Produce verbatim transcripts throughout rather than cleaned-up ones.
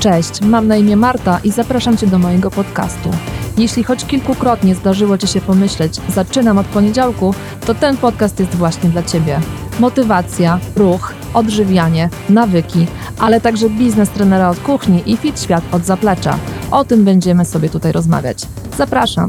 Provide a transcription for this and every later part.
Cześć, mam na imię Marta i zapraszam Cię do mojego podcastu. Jeśli choć kilkukrotnie zdarzyło Ci się pomyśleć, zaczynam od poniedziałku, to ten podcast jest właśnie dla Ciebie. Motywacja, ruch, odżywianie, nawyki, ale także biznes trenera od kuchni i fit świat od zaplecza. O tym będziemy sobie tutaj rozmawiać. Zapraszam.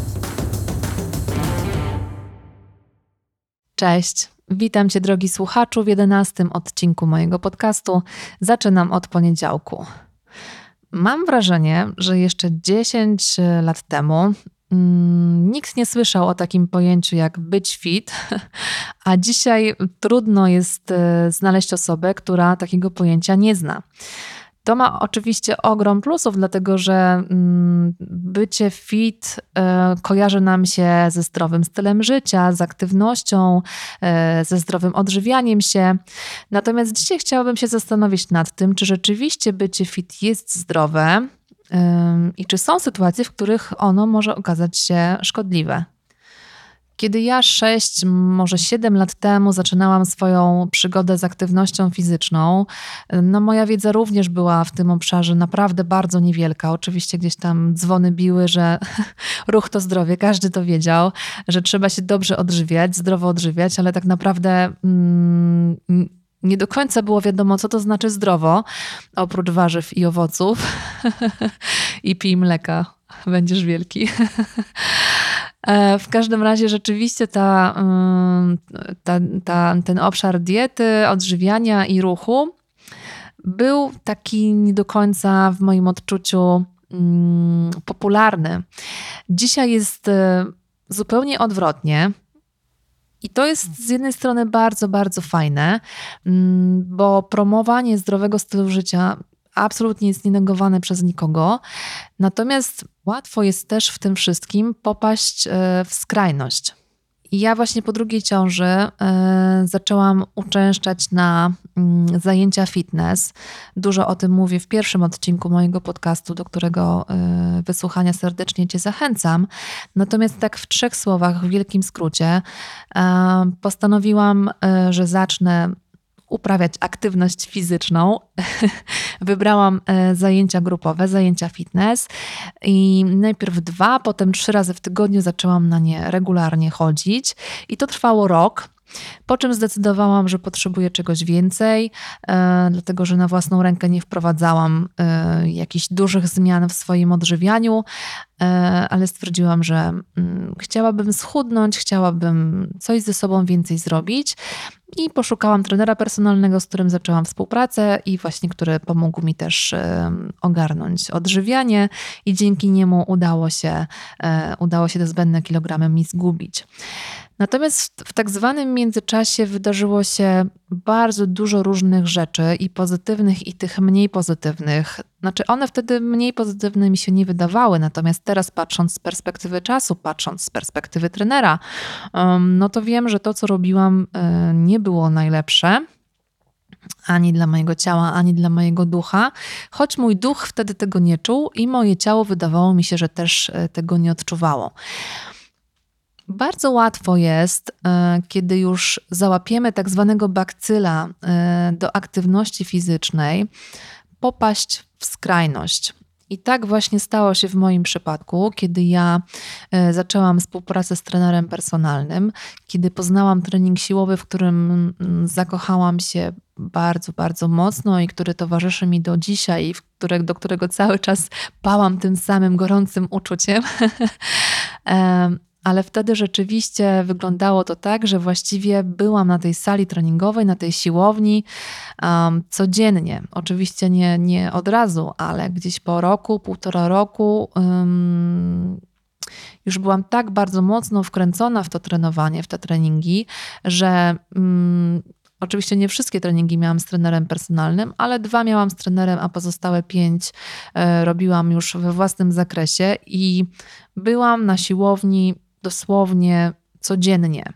Cześć, witam Cię drogi słuchaczu w jedenastym odcinku mojego podcastu. Zaczynam od poniedziałku. Mam wrażenie, że jeszcze dziesięć lat temu mm, nikt nie słyszał o takim pojęciu jak być fit, a dzisiaj trudno jest znaleźć osobę, która takiego pojęcia nie zna. To ma oczywiście ogrom plusów, dlatego że bycie fit kojarzy nam się ze zdrowym stylem życia, z aktywnością, ze zdrowym odżywianiem się. Natomiast dzisiaj chciałabym się zastanowić nad tym, czy rzeczywiście bycie fit jest zdrowe i czy są sytuacje, w których ono może okazać się szkodliwe. Kiedy ja sześć, może siedem lat temu zaczynałam swoją przygodę z aktywnością fizyczną, no moja wiedza również była w tym obszarze naprawdę bardzo niewielka. Oczywiście gdzieś tam dzwony biły, że ruch to zdrowie, każdy to wiedział, że trzeba się dobrze odżywiać, zdrowo odżywiać, ale tak naprawdę mm, nie do końca było wiadomo, co to znaczy zdrowo, oprócz warzyw i owoców i pij mleka, będziesz wielki. W każdym razie rzeczywiście ta, ta, ta, ten obszar diety, odżywiania i ruchu był taki nie do końca w moim odczuciu popularny. Dzisiaj jest zupełnie odwrotnie. I to jest z jednej strony bardzo, bardzo fajne, bo promowanie zdrowego stylu życia absolutnie jest nienegowane przez nikogo. Natomiast łatwo jest też w tym wszystkim popaść w skrajność. I ja właśnie po drugiej ciąży zaczęłam uczęszczać na zajęcia fitness. Dużo o tym mówię w pierwszym odcinku mojego podcastu, do którego wysłuchania serdecznie Cię zachęcam. Natomiast tak w trzech słowach, w wielkim skrócie, postanowiłam, że zacznę uprawiać aktywność fizyczną. Wybrałam zajęcia grupowe, zajęcia fitness i najpierw dwa, potem trzy razy w tygodniu zaczęłam na nie regularnie chodzić i to trwało rok. Po czym zdecydowałam, że potrzebuję czegoś więcej, e, dlatego że na własną rękę nie wprowadzałam e, jakichś dużych zmian w swoim odżywianiu, e, ale stwierdziłam, że mm, chciałabym schudnąć, chciałabym coś ze sobą więcej zrobić i poszukałam trenera personalnego, z którym zaczęłam współpracę i właśnie który pomógł mi też e, ogarnąć odżywianie i dzięki niemu udało się, e, udało się te zbędne kilogramy mi zgubić. Natomiast w tak zwanym międzyczasie wydarzyło się bardzo dużo różnych rzeczy i pozytywnych, i tych mniej pozytywnych. Znaczy one wtedy mniej pozytywne mi się nie wydawały, natomiast teraz patrząc z perspektywy czasu, patrząc z perspektywy trenera, no to wiem, że to, co robiłam, nie było najlepsze. Ani dla mojego ciała, ani dla mojego ducha, choć mój duch wtedy tego nie czuł i moje ciało wydawało mi się, że też tego nie odczuwało. Bardzo łatwo jest, kiedy już załapiemy tak zwanego bakcyla do aktywności fizycznej, popaść w skrajność. I tak właśnie stało się w moim przypadku, kiedy ja zaczęłam współpracę z trenerem personalnym, kiedy poznałam trening siłowy, w którym zakochałam się bardzo, bardzo mocno i który towarzyszy mi do dzisiaj i w które, do którego cały czas pałam tym samym gorącym uczuciem. Ale wtedy rzeczywiście wyglądało to tak, że właściwie byłam na tej sali treningowej, na tej siłowni um, codziennie. Oczywiście nie, nie od razu, ale gdzieś po roku, półtora roku um, już byłam tak bardzo mocno wkręcona w to trenowanie, w te treningi, że um, oczywiście nie wszystkie treningi miałam z trenerem personalnym, ale dwa miałam z trenerem, a pozostałe pięć e, robiłam już we własnym zakresie i byłam na siłowni dosłownie codziennie.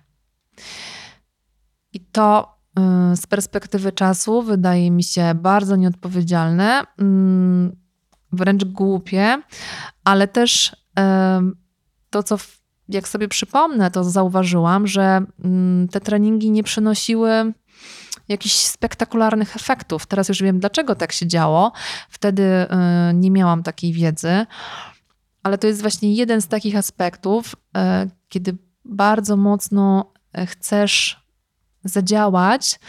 I to y, z perspektywy czasu wydaje mi się bardzo nieodpowiedzialne, y, wręcz głupie, ale też y, to, co w, jak sobie przypomnę, to zauważyłam, że y, te treningi nie przynosiły jakichś spektakularnych efektów. Teraz już wiem, dlaczego tak się działo. Wtedy y, nie miałam takiej wiedzy, ale to jest właśnie jeden z takich aspektów, y, kiedy bardzo mocno chcesz zadziałać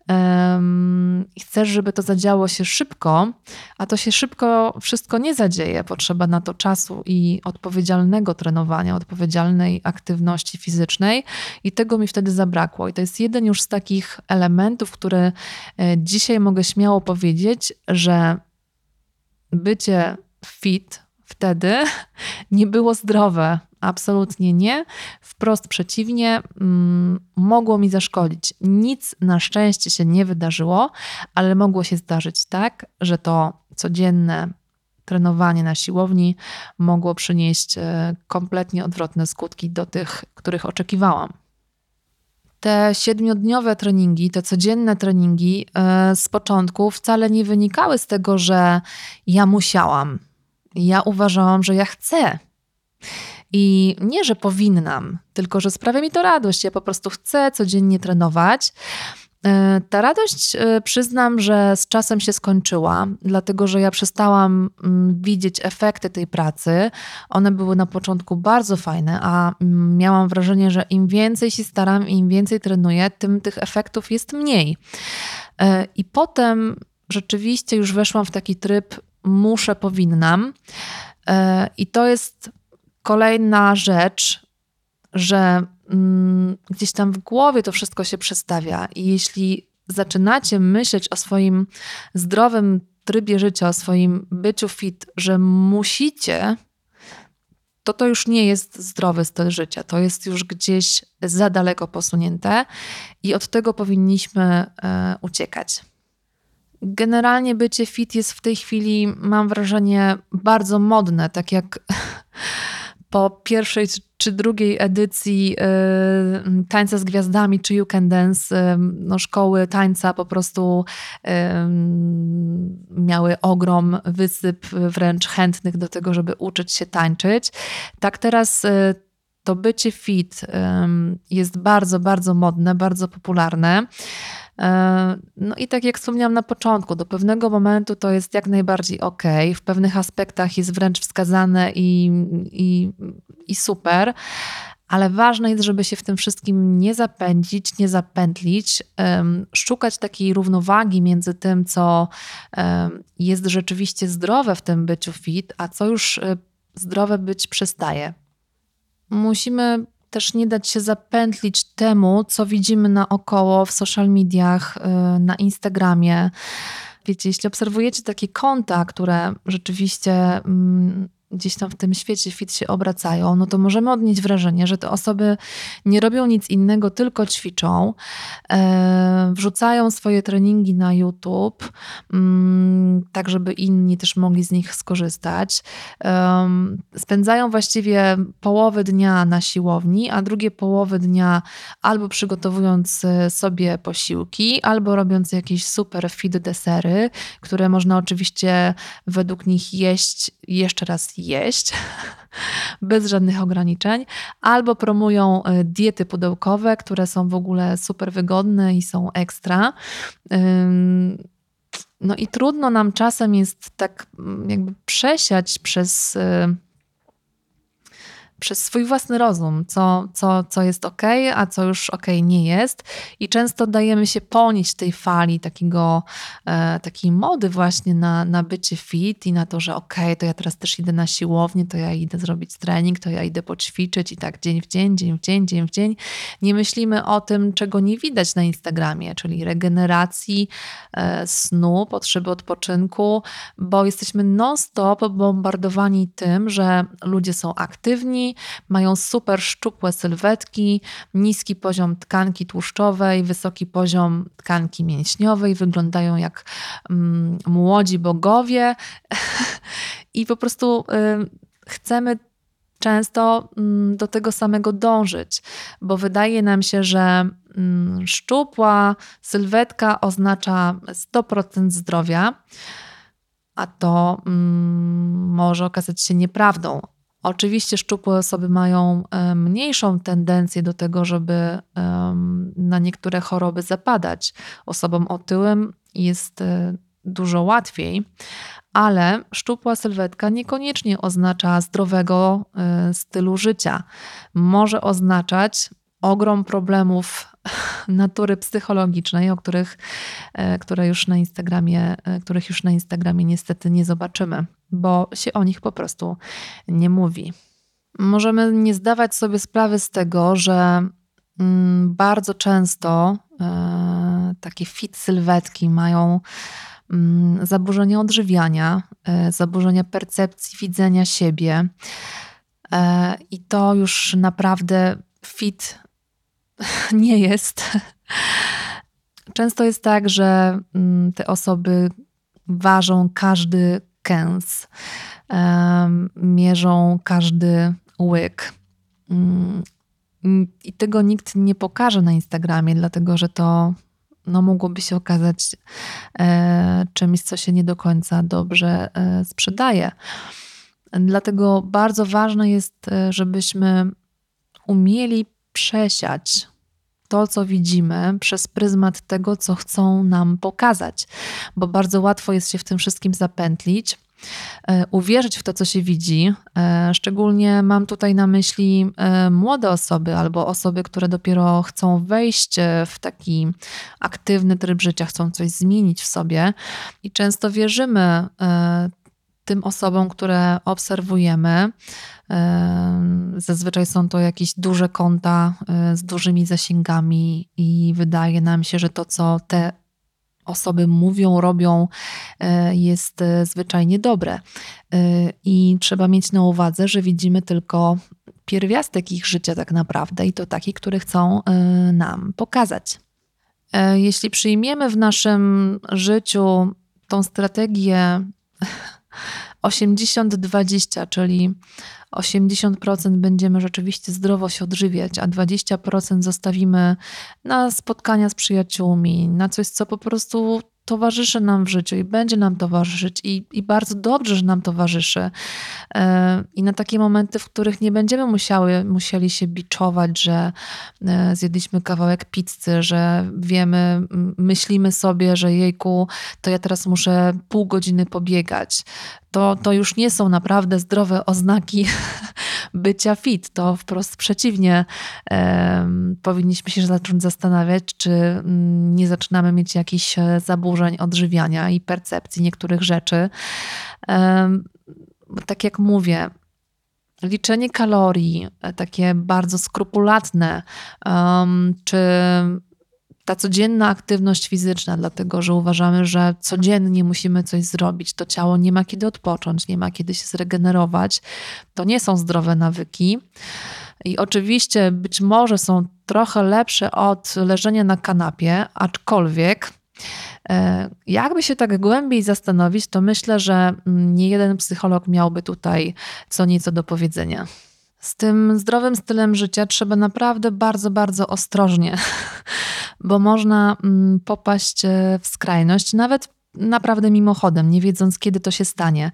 i chcesz, żeby to zadziało się szybko, a to się szybko wszystko nie zadzieje. Potrzeba na to czasu i odpowiedzialnego trenowania, odpowiedzialnej aktywności fizycznej i tego mi wtedy zabrakło. I to jest jeden już z takich elementów, który dzisiaj mogę śmiało powiedzieć, że bycie fit wtedy nie było zdrowe. Absolutnie nie. Wprost przeciwnie, mm, mogło mi zaszkodzić. Nic na szczęście się nie wydarzyło, ale mogło się zdarzyć tak, że to codzienne trenowanie na siłowni mogło przynieść kompletnie odwrotne skutki do tych, których oczekiwałam. Te siedmiodniowe treningi, te codzienne treningi z początku wcale nie wynikały z tego, że ja musiałam. Ja uważałam, że ja chcę. I nie, że powinnam, tylko że sprawia mi to radość. Ja po prostu chcę codziennie trenować. Ta radość, przyznam, że z czasem się skończyła, dlatego że ja przestałam widzieć efekty tej pracy. One były na początku bardzo fajne, a miałam wrażenie, że im więcej się staram, im więcej trenuję, tym tych efektów jest mniej. I potem rzeczywiście już weszłam w taki tryb muszę, powinnam. I to jest kolejna rzecz, że mm, gdzieś tam w głowie to wszystko się przestawia i jeśli zaczynacie myśleć o swoim zdrowym trybie życia, o swoim byciu fit, że musicie, to to już nie jest zdrowy styl życia. To jest już gdzieś za daleko posunięte i od tego powinniśmy e, uciekać. Generalnie bycie fit jest w tej chwili, mam wrażenie, bardzo modne, tak jak po pierwszej czy drugiej edycji y, Tańca z Gwiazdami czy You Can Dance, y, no szkoły tańca po prostu y, miały ogrom, wysyp wręcz chętnych do tego, żeby uczyć się tańczyć. Tak teraz y, to bycie fit y, jest bardzo, bardzo modne, bardzo popularne. No i tak jak wspomniałam na początku, do pewnego momentu to jest jak najbardziej okej, w pewnych aspektach jest wręcz wskazane i, i, i super, ale ważne jest, żeby się w tym wszystkim nie zapędzić, nie zapętlić, um, szukać takiej równowagi między tym, co um, jest rzeczywiście zdrowe w tym byciu fit, a co już um, zdrowe być przestaje. Musimy też nie dać się zapętlić temu, co widzimy naokoło w social mediach, na Instagramie. Wiecie, jeśli obserwujecie takie konta, które rzeczywiście gdzieś tam w tym świecie fit się obracają, no to możemy odnieść wrażenie, że te osoby nie robią nic innego, tylko ćwiczą, e, wrzucają swoje treningi na YouTube, m, tak żeby inni też mogli z nich skorzystać. E, spędzają właściwie połowę dnia na siłowni, a drugie połowy dnia albo przygotowując sobie posiłki, albo robiąc jakieś super fit desery, które można oczywiście według nich jeść jeszcze raz jeść, bez żadnych ograniczeń, albo promują diety pudełkowe, które są w ogóle super wygodne i są ekstra. No i trudno nam czasem jest tak jakby przesiać przez przez swój własny rozum, co, co, co jest okej, a co już okej nie jest. I często dajemy się ponieść tej fali takiego, e, takiej mody właśnie na, na bycie fit i na to, że okej, to ja teraz też idę na siłownię, to ja idę zrobić trening, to ja idę poćwiczyć i tak dzień w dzień, dzień w dzień, dzień w dzień. Nie myślimy o tym, czego nie widać na Instagramie, czyli regeneracji, e, snu, potrzeby odpoczynku, bo jesteśmy non-stop bombardowani tym, że ludzie są aktywni, mają super szczupłe sylwetki, niski poziom tkanki tłuszczowej, wysoki poziom tkanki mięśniowej, wyglądają jak mm, młodzi bogowie i po prostu y, chcemy często y, do tego samego dążyć, bo wydaje nam się, że y, szczupła sylwetka oznacza sto procent zdrowia, a to y, może okazać się nieprawdą. Oczywiście szczupłe osoby mają mniejszą tendencję do tego, żeby na niektóre choroby zapadać. Osobom otyłym jest dużo łatwiej, ale szczupła sylwetka niekoniecznie oznacza zdrowego stylu życia. Może oznaczać ogrom problemów natury psychologicznej, o których, które już na Instagramie, których już na Instagramie niestety nie zobaczymy, bo się o nich po prostu nie mówi. Możemy nie zdawać sobie sprawy z tego, że bardzo często takie fit sylwetki mają zaburzenia odżywiania, zaburzenia percepcji widzenia siebie i to już naprawdę fit nie jest. Często jest tak, że te osoby ważą każdy kęs, mierzą każdy łyk. I tego nikt nie pokaże na Instagramie, dlatego że to no, mogłoby się okazać e, czymś, co się nie do końca dobrze e, sprzedaje. Dlatego bardzo ważne jest, żebyśmy umieli przesiać to, co widzimy, przez pryzmat tego, co chcą nam pokazać, bo bardzo łatwo jest się w tym wszystkim zapętlić, uwierzyć w to, co się widzi. Szczególnie mam tutaj na myśli młode osoby albo osoby, które dopiero chcą wejść w taki aktywny tryb życia, chcą coś zmienić w sobie i często wierzymy tym osobom, które obserwujemy. Zazwyczaj są to jakieś duże konta z dużymi zasięgami i wydaje nam się, że to, co te osoby mówią, robią, jest zwyczajnie dobre. I trzeba mieć na uwadze, że widzimy tylko pierwiastek ich życia tak naprawdę i to taki, który chcą nam pokazać. Jeśli przyjmiemy w naszym życiu tą strategię osiemdziesiąt dwadzieścia, czyli osiemdziesiąt procent będziemy rzeczywiście zdrowo się odżywiać, a dwadzieścia procent zostawimy na spotkania z przyjaciółmi, na coś, co po prostu towarzyszy nam w życiu i będzie nam towarzyszyć i, i bardzo dobrze, że nam towarzyszy. I na takie momenty, w których nie będziemy musiały, musieli się biczować, że zjedliśmy kawałek pizzy, że wiemy, myślimy sobie, że jejku, to ja teraz muszę pół godziny pobiegać. To, to już nie są naprawdę zdrowe oznaki bycia fit. To wprost przeciwnie. E, powinniśmy się zacząć zastanawiać, czy nie zaczynamy mieć jakichś zaburzeń odżywiania i percepcji niektórych rzeczy. E, tak jak mówię, liczenie kalorii, takie bardzo skrupulatne, um, czy ta codzienna aktywność fizyczna, dlatego że uważamy, że codziennie musimy coś zrobić, to ciało nie ma kiedy odpocząć, nie ma kiedy się zregenerować. To nie są zdrowe nawyki. I oczywiście być może są trochę lepsze od leżenia na kanapie, aczkolwiek jakby się tak głębiej zastanowić, to myślę, że nie jeden psycholog miałby tutaj co nieco do powiedzenia. Z tym zdrowym stylem życia trzeba naprawdę bardzo, bardzo ostrożnie, bo można popaść w skrajność, nawet naprawdę mimochodem, nie wiedząc, kiedy to się stanie.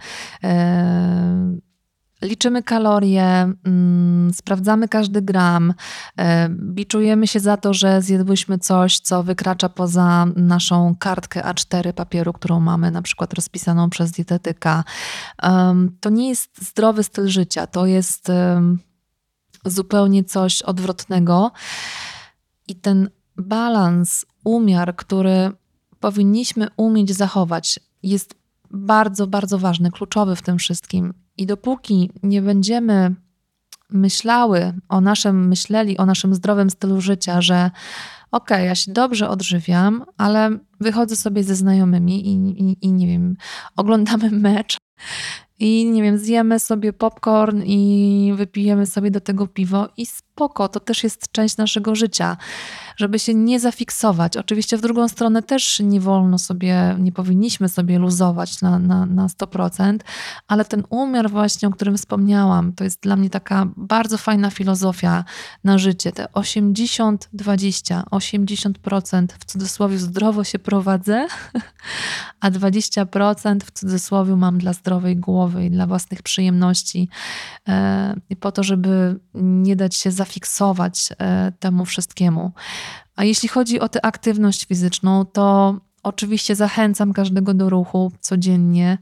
Liczymy kalorie, sprawdzamy każdy gram, biczujemy się za to, że zjadłyśmy coś, co wykracza poza naszą kartkę A cztery papieru, którą mamy na przykład rozpisaną przez dietetyka. To nie jest zdrowy styl życia, to jest zupełnie coś odwrotnego i ten balans, umiar, który powinniśmy umieć zachować, jest bardzo, bardzo ważny, kluczowy w tym wszystkim. I dopóki nie będziemy myślały o naszym, myśleli o naszym zdrowym stylu życia, że okej, okay, ja się dobrze odżywiam, ale wychodzę sobie ze znajomymi i, i, i nie wiem, oglądamy mecz i nie wiem, zjemy sobie popcorn i wypijemy sobie do tego piwo i spoko, to też jest część naszego życia, żeby się nie zafiksować. Oczywiście w drugą stronę też nie wolno sobie, nie powinniśmy sobie luzować na, na, na sto procent, ale ten umiar właśnie, o którym wspomniałam, to jest dla mnie taka bardzo fajna filozofia na życie. Te osiemdziesiąt dwadzieścia, osiemdziesiąt procent w cudzysłowie zdrowo się prowadzę, a dwadzieścia procent w cudzysłowie mam dla zdrowej głowy głowy i dla własnych przyjemności i po to, żeby nie dać się zafiksować temu wszystkiemu. A jeśli chodzi o tę aktywność fizyczną, to oczywiście zachęcam każdego do ruchu codziennie.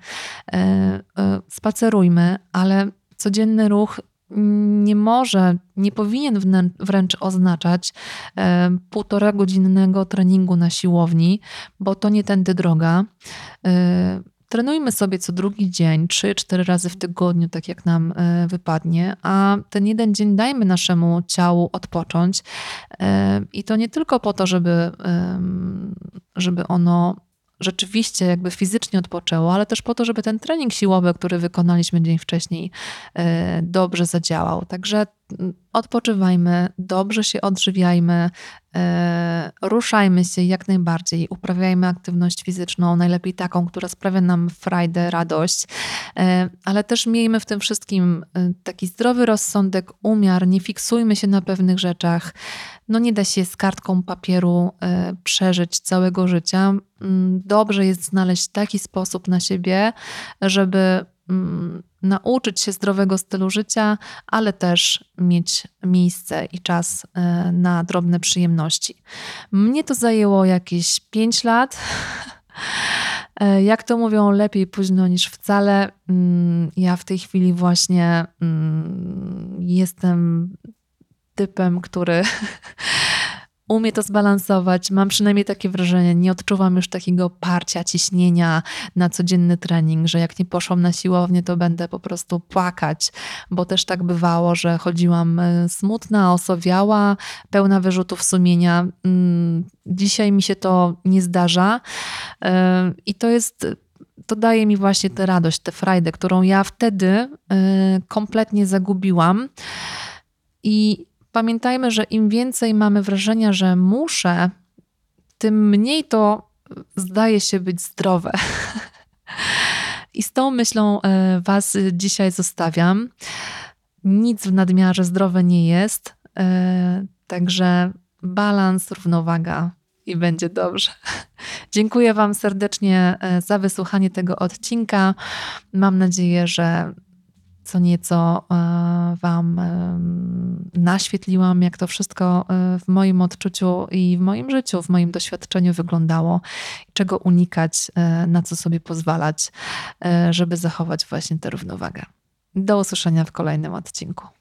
Spacerujmy, ale codzienny ruch nie może, nie powinien wręcz oznaczać e, półtora godzinnego treningu na siłowni, bo to nie tędy droga. E, trenujmy sobie co drugi dzień, trzy, cztery razy w tygodniu, tak jak nam e, wypadnie, a ten jeden dzień dajmy naszemu ciału odpocząć. E, I to nie tylko po to, żeby, e, żeby ono rzeczywiście jakby fizycznie odpoczęło, ale też po to, żeby ten trening siłowy, który wykonaliśmy dzień wcześniej, dobrze zadziałał. Także odpoczywajmy, dobrze się odżywiajmy, ruszajmy się jak najbardziej, uprawiajmy aktywność fizyczną, najlepiej taką, która sprawia nam frajdę, radość, ale też miejmy w tym wszystkim taki zdrowy rozsądek, umiar, nie fiksujmy się na pewnych rzeczach. No nie da się z kartką papieru przeżyć całego życia. Dobrze jest znaleźć taki sposób na siebie, żeby nauczyć się zdrowego stylu życia, ale też mieć miejsce i czas na drobne przyjemności. Mnie to zajęło jakieś pięć lat. Jak to mówią, lepiej późno niż wcale. Ja w tej chwili właśnie jestem typem, który umie to zbalansować. Mam przynajmniej takie wrażenie, nie odczuwam już takiego parcia, ciśnienia na codzienny trening, że jak nie poszłam na siłownię, to będę po prostu płakać, bo też tak bywało, że chodziłam smutna, osowiała, pełna wyrzutów sumienia. Dzisiaj mi się to nie zdarza i to jest... To daje mi właśnie tę radość, tę frajdę, którą ja wtedy kompletnie zagubiłam. I pamiętajmy, że im więcej mamy wrażenia, że muszę, tym mniej to zdaje się być zdrowe. I z tą myślą Was dzisiaj zostawiam. Nic w nadmiarze zdrowe nie jest, także balans, równowaga i będzie dobrze. Dziękuję Wam serdecznie za wysłuchanie tego odcinka. Mam nadzieję, że co nieco Wam naświetliłam, jak to wszystko w moim odczuciu i w moim życiu, w moim doświadczeniu wyglądało, czego unikać, na co sobie pozwalać, żeby zachować właśnie tę równowagę. Do usłyszenia w kolejnym odcinku.